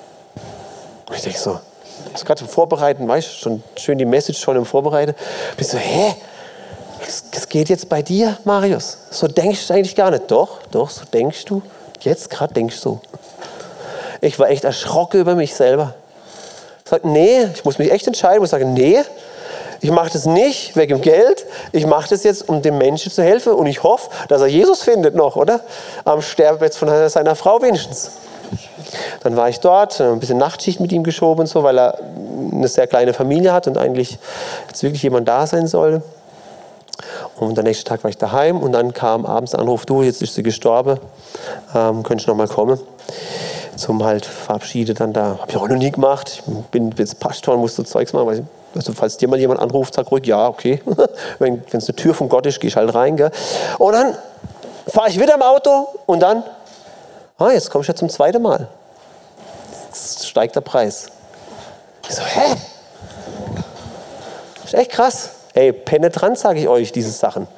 Und ich denke so, das gerade im Vorbereiten, weißt du, schon schön die Message schon im Vorbereiten. Bist so, hä? Das, das geht jetzt bei dir, Marius? So denkst du eigentlich gar nicht. Doch, doch, so denkst du. Jetzt gerade denkst du so. Ich war echt erschrocken über mich selber. Ich sage, nee, ich muss mich echt entscheiden. Ich muss sagen, nee, ich mache das nicht wegen dem Geld. Ich mache das jetzt, um dem Menschen zu helfen. Und ich hoffe, dass er Jesus findet noch, oder? Am Sterbebett von seiner Frau wenigstens. Dann war ich dort, ein bisschen Nachtschicht mit ihm geschoben und so, weil er eine sehr kleine Familie hat und eigentlich jetzt wirklich jemand da sein soll. Und am nächsten Tag war ich daheim und dann kam abends der Anruf, du, jetzt ist sie gestorben, ähm, könntest du noch mal kommen. Zum halt Verabschiede dann da. Habe ich auch noch nie gemacht. Ich bin jetzt Pastor und muss so Zeugs machen. Weil, also falls dir mal jemand anruft, sag ruhig, ja, okay. Wenn es eine Tür von Gott ist, gehe ich halt rein. Gell? Und dann fahre ich wieder im Auto und dann, ah, jetzt kommst du ja zum zweiten Mal. Jetzt steigt der Preis. Ich so, hä? Das ist echt krass. Ey, penetrant sage ich euch, diese Sachen.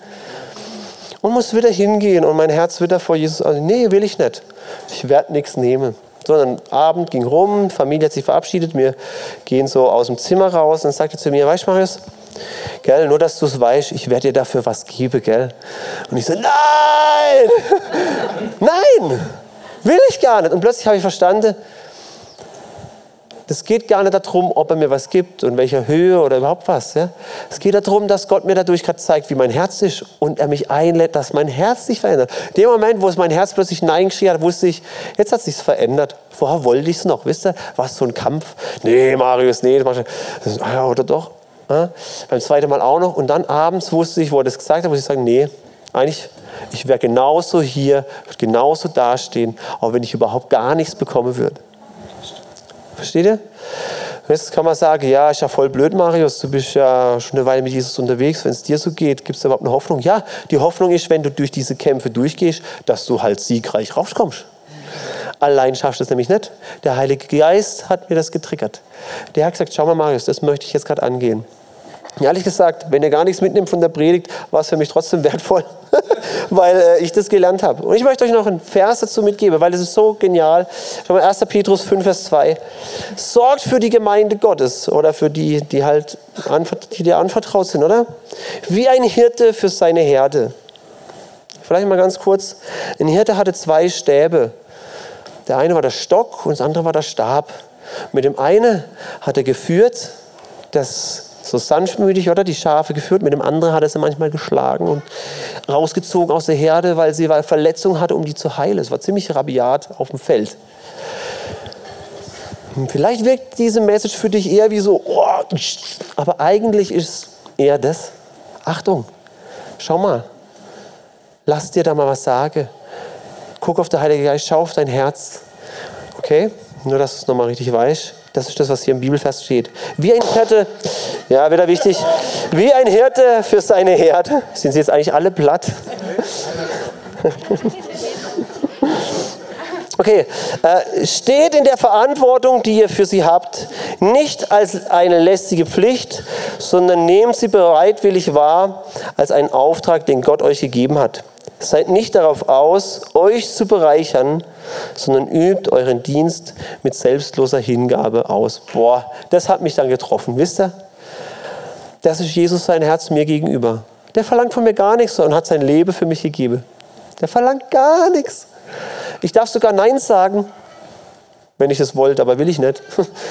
Und muss wieder hingehen und mein Herz wieder vor Jesus, also, nee, will ich nicht. Ich werde nichts nehmen. So, dann Abend ging rum, Familie hat sich verabschiedet, wir gehen so aus dem Zimmer raus und dann sagt er zu mir, weißt du, Marius, gell, nur dass du es weißt, ich werde dir dafür was geben, gell. Und ich so, nein, nein, will ich gar nicht. Und plötzlich habe ich verstanden, das geht gar nicht darum, ob er mir was gibt und welcher Höhe oder überhaupt was. Ja? Es geht darum, dass Gott mir dadurch gerade zeigt, wie mein Herz ist und er mich einlädt, dass mein Herz sich verändert. In dem Moment, wo es mein Herz plötzlich Nein geschrien hat, wusste ich, jetzt hat es sich verändert. Vorher wollte ich es noch. Wisst ihr, war es so ein Kampf? Nee, Marius, nee. Das das, ja, oder doch? Ja? Beim zweiten Mal auch noch. Und dann abends wusste ich, wo er das gesagt hat, muss ich sagen, nee, eigentlich, ich wäre genauso hier, würde genauso dastehen, auch wenn ich überhaupt gar nichts bekommen würde. Versteht ihr? Jetzt kann man sagen, ja, ist ja voll blöd, Marius, du bist ja schon eine Weile mit Jesus unterwegs, wenn es dir so geht, gibt es überhaupt eine Hoffnung? Ja, die Hoffnung ist, wenn du durch diese Kämpfe durchgehst, dass du halt siegreich rauskommst. Allein schaffst du es nämlich nicht. Der Heilige Geist hat mir das getriggert. Der hat gesagt, schau mal, Marius, das möchte ich jetzt gerade angehen. Ehrlich gesagt, wenn ihr gar nichts mitnimmt von der Predigt, war es für mich trotzdem wertvoll, weil äh, ich das gelernt habe. Und ich möchte euch noch einen Vers dazu mitgeben, weil es ist so genial. Schau mal, erster Petrus fünf, Vers zwei. Sorgt für die Gemeinde Gottes oder für die, die halt die dir anvertraut sind, oder? Wie ein Hirte für seine Herde. Vielleicht mal ganz kurz. Ein Hirte hatte zwei Stäbe. Der eine war der Stock und das andere war der Stab. Mit dem einen hat er geführt, das so sanftmütig, oder? Die Schafe geführt. Mit dem anderen hat er sie manchmal geschlagen und rausgezogen aus der Herde, weil sie eine Verletzung hatte, um die zu heilen. Es war ziemlich rabiat auf dem Feld. Vielleicht wirkt diese Message für dich eher wie so, oh, aber eigentlich ist eher das. Achtung, schau mal. Lass dir da mal was sagen. Guck auf den Heiligen Geist, schau auf dein Herz. Okay? Nur, dass du es nochmal richtig weißt. Das ist das, was hier im Bibelvers steht. Wie ein Hirte, ja, wieder wichtig, wie ein Hirte für seine Herde. Sind sie jetzt eigentlich alle platt? Okay, äh, steht in der Verantwortung, die ihr für sie habt, nicht als eine lästige Pflicht, sondern nehmt sie bereitwillig wahr als einen Auftrag, den Gott euch gegeben hat. Seid nicht darauf aus, euch zu bereichern, sondern übt euren Dienst mit selbstloser Hingabe aus. Boah, das hat mich dann getroffen, wisst ihr? Das ist Jesus, sein Herz mir gegenüber. Der verlangt von mir gar nichts und hat sein Leben für mich gegeben. Der verlangt gar nichts. Ich darf sogar Nein sagen, wenn ich es wollte, aber will ich nicht.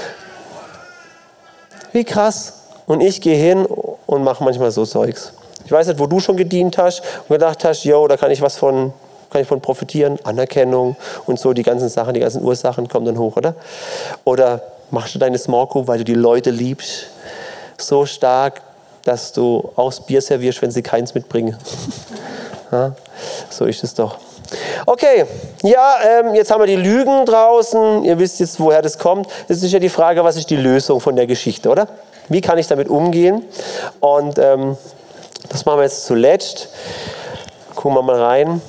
Wie krass. Und ich gehe hin und mache manchmal so Zeugs. Ich weiß nicht, wo du schon gedient hast und gedacht hast, yo, da kann ich was von, kann ich von profitieren, Anerkennung und so, die ganzen Sachen, die ganzen Ursachen kommen dann hoch, oder? Oder machst du deine Small Group, weil du die Leute liebst, so stark, dass du aus Bier servierst, wenn sie keins mitbringen. Ja, so ist es doch. Okay, ja, ähm, jetzt haben wir die Lügen draußen. Ihr wisst jetzt, woher das kommt. Das ist ja die Frage, was ist die Lösung von der Geschichte, oder? Wie kann ich damit umgehen? Und ähm, das machen wir jetzt zuletzt. Gucken wir mal rein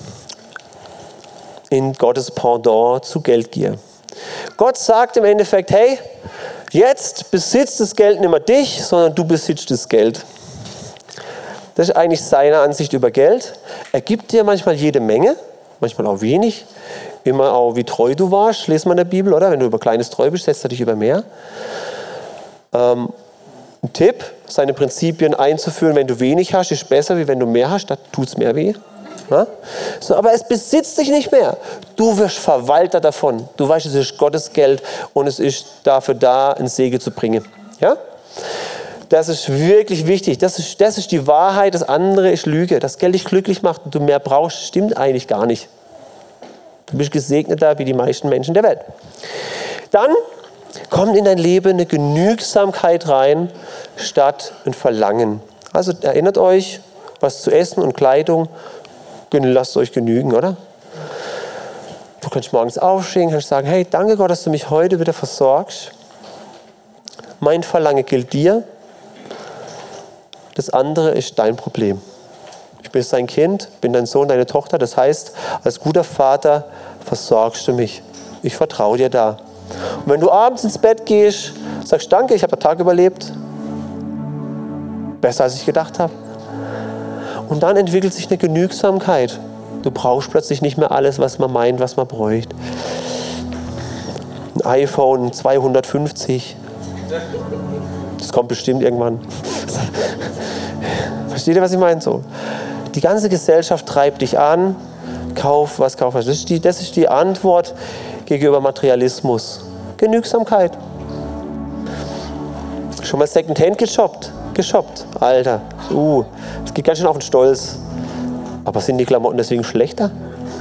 in Gottes Pendant zu Geldgier. Gott sagt im Endeffekt, hey, jetzt besitzt das Geld nicht mehr dich, sondern du besitzt das Geld. Das ist eigentlich seine Ansicht über Geld. Er gibt dir manchmal jede Menge, manchmal auch wenig. Immer auch, wie treu du warst, lest man in der Bibel, oder? Wenn du über Kleines treu bist, setzt er dich über mehr. Ähm, ein Tipp, seine Prinzipien einzuführen, wenn du wenig hast, ist besser, wie wenn du mehr hast, da tut es mehr weh. Ja? So, aber es besitzt dich nicht mehr. Du wirst Verwalter davon. Du weißt, es ist Gottes Geld und es ist dafür da, einen Segen zu bringen. Ja? Das ist wirklich wichtig. Das ist, das ist die Wahrheit. Das andere ist Lüge. Das Geld dich glücklich macht und du mehr brauchst, stimmt eigentlich gar nicht. Du bist gesegneter wie die meisten Menschen der Welt. Dann kommt in dein Leben eine Genügsamkeit rein, statt ein Verlangen. Also erinnert euch, was zu essen und Kleidung, lasst euch genügen, oder? Du kannst morgens aufstehen, kannst sagen, hey, danke Gott, dass du mich heute wieder versorgst. Mein Verlangen gilt dir. Das andere ist dein Problem. Ich bin dein Kind, bin dein Sohn, deine Tochter. Das heißt, als guter Vater versorgst du mich. Ich vertraue dir da. Und wenn du abends ins Bett gehst, sagst, danke, ich habe den Tag überlebt. Besser, als ich gedacht habe. Und dann entwickelt sich eine Genügsamkeit. Du brauchst plötzlich nicht mehr alles, was man meint, was man bräuchte. iPhone zweihundertfünfzig. Das kommt bestimmt irgendwann. Versteht ihr, was ich meine? So. Die ganze Gesellschaft treibt dich an. Kauf, was kauf was. Das ist die, das ist die Antwort gegenüber Materialismus. Genügsamkeit. Schon mal Secondhand geshoppt? Geshoppt. Alter. Uh, das geht ganz schön auf den Stolz. Aber sind die Klamotten deswegen schlechter?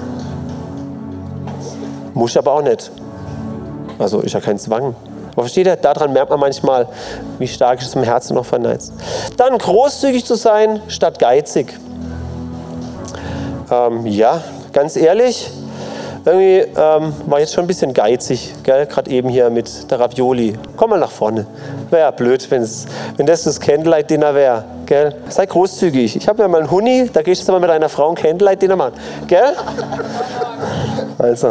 Muss aber auch nicht. Also ist ja kein Zwang. Aber versteht ihr, daran merkt man manchmal, wie stark ist es im Herzen noch verneizt. Dann großzügig zu sein, statt geizig. Ähm, ja, ganz ehrlich, irgendwie ähm, war jetzt schon ein bisschen geizig, gerade eben hier mit der Ravioli. Komm mal nach vorne. Wäre ja blöd, wenn's, wenn das das Candlelight-Dinner wäre. Gell? Sei großzügig. Ich habe ja mal einen Huni, da gehst du mal mit einer Frau ein Candlelight-Dinner machen. Gell? Also.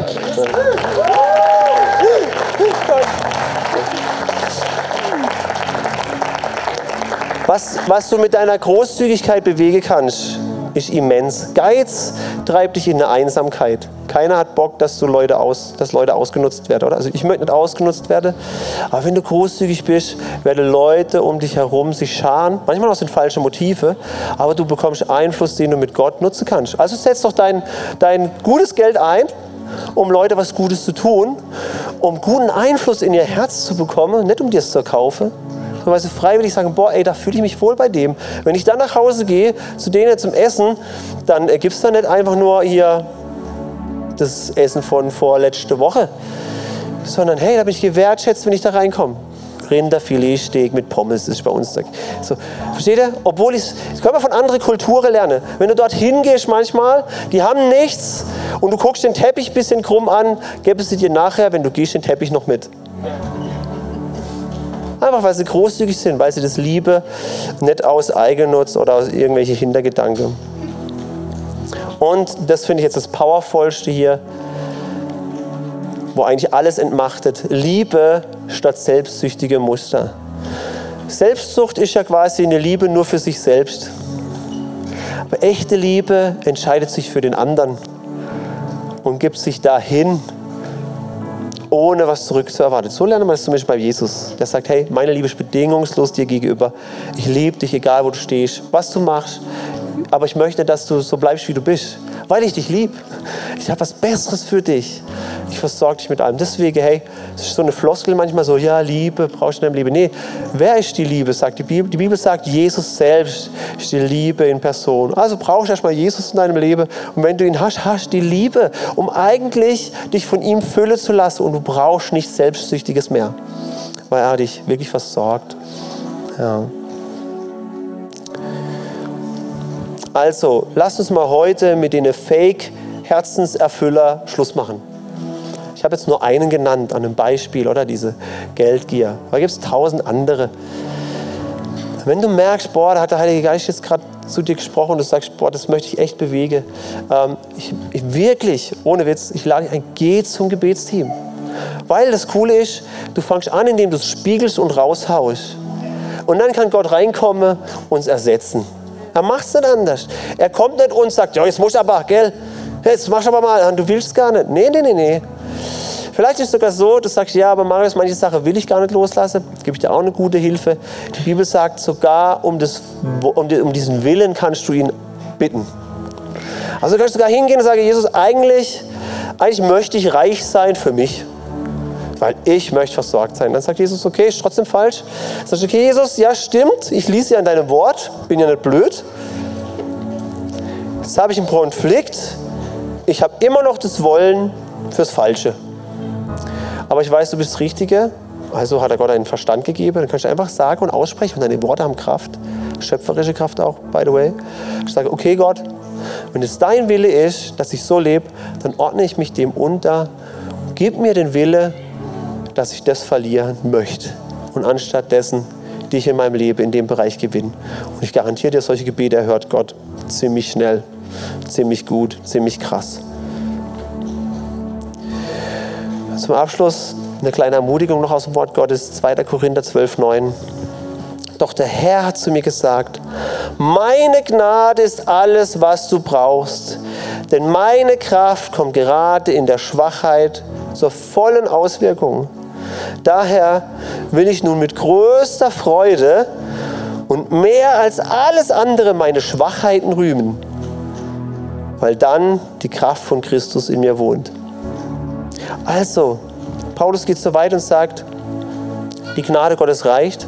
Was, was du mit deiner Großzügigkeit bewegen kannst, ist immens. Geiz treibt dich in eine Einsamkeit. Keiner hat Bock, dass, du Leute, aus, dass Leute ausgenutzt werden. Oder? Also ich möchte nicht ausgenutzt werden, aber wenn du großzügig bist, werden Leute um dich herum sich scharen. Manchmal aus den falschen Motiven, aber du bekommst Einfluss, den du mit Gott nutzen kannst. Also setz doch dein, dein gutes Geld ein, um Leute was Gutes zu tun, um guten Einfluss in ihr Herz zu bekommen, nicht um dir es zu kaufen. Weil sie freiwillig sagen, boah, ey, da fühle ich mich wohl bei dem. Wenn ich dann nach Hause gehe, zu denen zum Essen, dann äh, gibt es da nicht einfach nur hier das Essen von vorletzte Woche, sondern hey, da bin ich gewertschätzt, wenn ich da reinkomme. Rinderfiletsteak mit Pommes, das ist bei uns. So, versteht ihr? Obwohl ich, das können wir von anderen Kulturen lernen. Wenn du dort hingehst manchmal, die haben nichts und du guckst den Teppich ein bisschen krumm an, gäbe sie dir nachher, wenn du gehst, den Teppich noch mit. Einfach, weil sie großzügig sind, weil sie das Liebe nicht aus Eigennutz oder aus irgendwelchen Hintergedanken. Und das finde ich jetzt das Powervollste hier, wo eigentlich alles entmachtet. Liebe statt selbstsüchtige Muster. Selbstsucht ist ja quasi eine Liebe nur für sich selbst. Aber echte Liebe entscheidet sich für den anderen und gibt sich dahin, ohne was zurückzuerwarten. So lernen wir das zum Beispiel bei Jesus. Der sagt, hey, meine Liebe ist bedingungslos dir gegenüber. Ich liebe dich, egal wo du stehst, was du machst. Aber ich möchte, dass du so bleibst, wie du bist. Weil ich dich liebe. Ich habe was Besseres für dich. Ich versorge dich mit allem. Deswegen, hey, es ist so eine Floskel manchmal so, ja, Liebe, brauchst du nicht Liebe. Nee, wer ist die Liebe, sagt die Bibel. Die Bibel sagt, Jesus selbst ist die Liebe in Person. Also brauchst du erstmal Jesus in deinem Leben. Und wenn du ihn hast, hast du die Liebe, um eigentlich dich von ihm füllen zu lassen. Und du brauchst nichts Selbstsüchtiges mehr. Weil er dich wirklich versorgt. Ja. Also, lasst uns mal heute mit den Fake-Herzenserfüller Schluss machen. Ich habe jetzt nur einen genannt an einem Beispiel, oder diese Geldgier. Da gibt es tausend andere. Wenn du merkst, boah, da hat der Heilige Geist jetzt gerade zu dir gesprochen und du sagst, boah, das möchte ich echt bewegen. Ähm, ich, ich wirklich, ohne Witz, ich lade dich ein, geh zum Gebetsteam. Weil das Coole ist, du fängst an, indem du es spiegelst und raushaust. Und dann kann Gott reinkommen und es ersetzen. Er macht es nicht anders. Er kommt nicht und sagt, ja, jetzt musst du aber, gell, jetzt mach aber mal, du willst gar nicht. Nee, nee, nee, nee. Vielleicht ist es sogar so, du sagst, ja, aber Marius, manche Sachen will ich gar nicht loslassen. Gebe ich dir auch eine gute Hilfe. Die Bibel sagt sogar, um, das, um, um diesen Willen kannst du ihn bitten. Also du kannst sogar hingehen und sagen, Jesus, eigentlich, eigentlich möchte ich reich sein für mich. Weil ich möchte versorgt sein. Dann sagt Jesus, okay, ist trotzdem falsch. Dann sagst du, okay, Jesus, ja, stimmt, ich lese ja an deinem Wort, bin ja nicht blöd. Jetzt habe ich einen Konflikt. Ich habe immer noch das Wollen fürs Falsche. Aber ich weiß, du bist das Richtige. Also hat er Gott einen Verstand gegeben. Dann kannst du einfach sagen und aussprechen. Und deine Worte haben Kraft. Schöpferische Kraft auch, by the way. Ich sage, okay, Gott, wenn es dein Wille ist, dass ich so lebe, dann ordne ich mich dem unter. Gib mir den Wille, dass ich das verlieren möchte und anstatt dessen dich in meinem Leben in dem Bereich gewinnen. Und ich garantiere dir, solche Gebete erhört Gott ziemlich schnell, ziemlich gut, ziemlich krass. Zum Abschluss eine kleine Ermutigung noch aus dem Wort Gottes, zweiter Korinther zwölf, neun. Doch der Herr hat zu mir gesagt, meine Gnade ist alles, was du brauchst, denn meine Kraft kommt gerade in der Schwachheit zur vollen Auswirkung. Daher will ich nun mit größter Freude und mehr als alles andere meine Schwachheiten rühmen, weil dann die Kraft von Christus in mir wohnt. Also, Paulus geht so weit und sagt, die Gnade Gottes reicht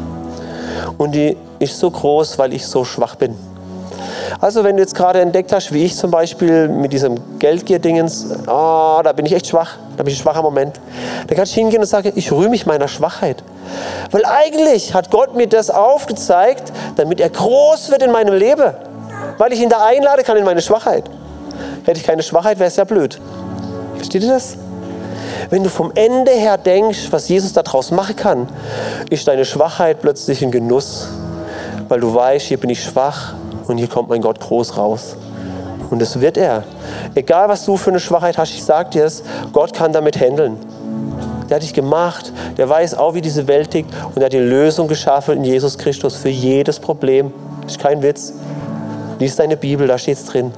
und die ist so groß, weil ich so schwach bin. Also wenn du jetzt gerade entdeckt hast, wie ich zum Beispiel mit diesem Geldgier-Dingens, oh, da bin ich echt schwach, da bin ich ein schwacher Moment, dann kannst du hingehen und sagen, ich rühme mich meiner Schwachheit. Weil eigentlich hat Gott mir das aufgezeigt, damit er groß wird in meinem Leben. Weil ich ihn da einladen kann in meine Schwachheit. Hätte ich keine Schwachheit, wäre es ja blöd. Versteht ihr das? Wenn du vom Ende her denkst, was Jesus daraus machen kann, ist deine Schwachheit plötzlich ein Genuss. Weil du weißt, hier bin ich schwach und hier kommt mein Gott groß raus. Und das wird er. Egal, was du für eine Schwachheit hast, ich sage dir es, Gott kann damit handeln. Der hat dich gemacht, der weiß auch, wie diese Welt tickt und er hat die Lösung geschaffen in Jesus Christus für jedes Problem. Das ist kein Witz. Lies deine Bibel, da steht es drin.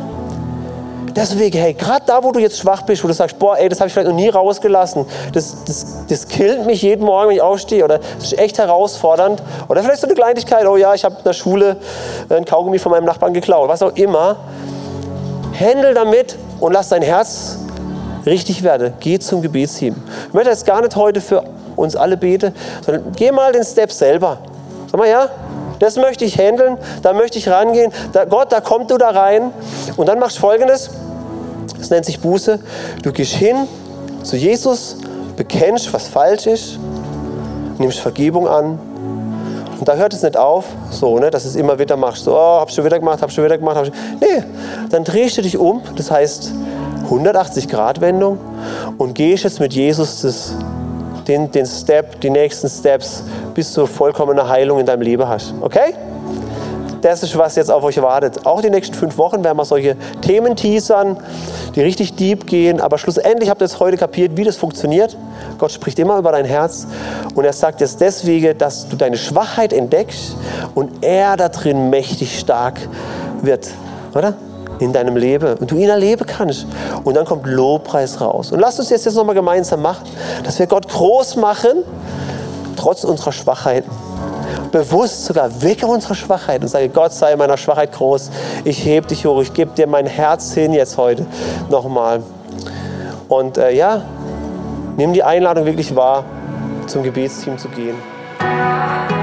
Deswegen, hey, gerade da, wo du jetzt schwach bist, wo du sagst, boah, ey, das habe ich vielleicht noch nie rausgelassen, das, das, das killt mich jeden Morgen, wenn ich aufstehe, oder das ist echt herausfordernd, oder vielleicht so eine Kleinigkeit, oh ja, ich habe in der Schule ein Kaugummi von meinem Nachbarn geklaut, was auch immer. Händel damit und lass dein Herz richtig werden. Geh zum Gebetsteam. Ich möchte jetzt gar nicht heute für uns alle beten, sondern geh mal den Step selber. Sag mal, ja, das möchte ich handeln, da möchte ich rangehen. Da, Gott, da kommst du da rein. Und dann machst du Folgendes, das nennt sich Buße. Du gehst hin zu Jesus, bekennst, was falsch ist, nimmst Vergebung an. Und da hört es nicht auf, so, ne, dass du es immer wieder machst. So, oh, hab schon wieder gemacht, hab schon wieder gemacht. Hab schon... Nee, dann drehst du dich um, das heißt hundertachtzig Grad Wendung und gehst jetzt mit Jesus das, den, den Step, die nächsten Steps, bis du vollkommene Heilung in deinem Leben hast. Okay? Das ist, was jetzt auf euch wartet. Auch die nächsten fünf Wochen werden wir solche Themen teasern, die richtig deep gehen. Aber schlussendlich habt ihr jetzt heute kapiert, wie das funktioniert. Gott spricht immer über dein Herz. Und er sagt jetzt deswegen, dass du deine Schwachheit entdeckst und er da drin mächtig stark wird. Oder? In deinem Leben. Und du ihn erleben kannst. Und dann kommt Lobpreis raus. Und lasst uns jetzt, jetzt nochmal gemeinsam machen, dass wir Gott groß machen, trotz unserer Schwachheiten. Bewusst sogar wegen unserer Schwachheit und sage, Gott sei meiner Schwachheit groß. Ich heb dich hoch. Ich gebe dir mein Herz hin jetzt heute nochmal. Und äh, ja, nimm die Einladung wirklich wahr, zum Gebetsteam zu gehen.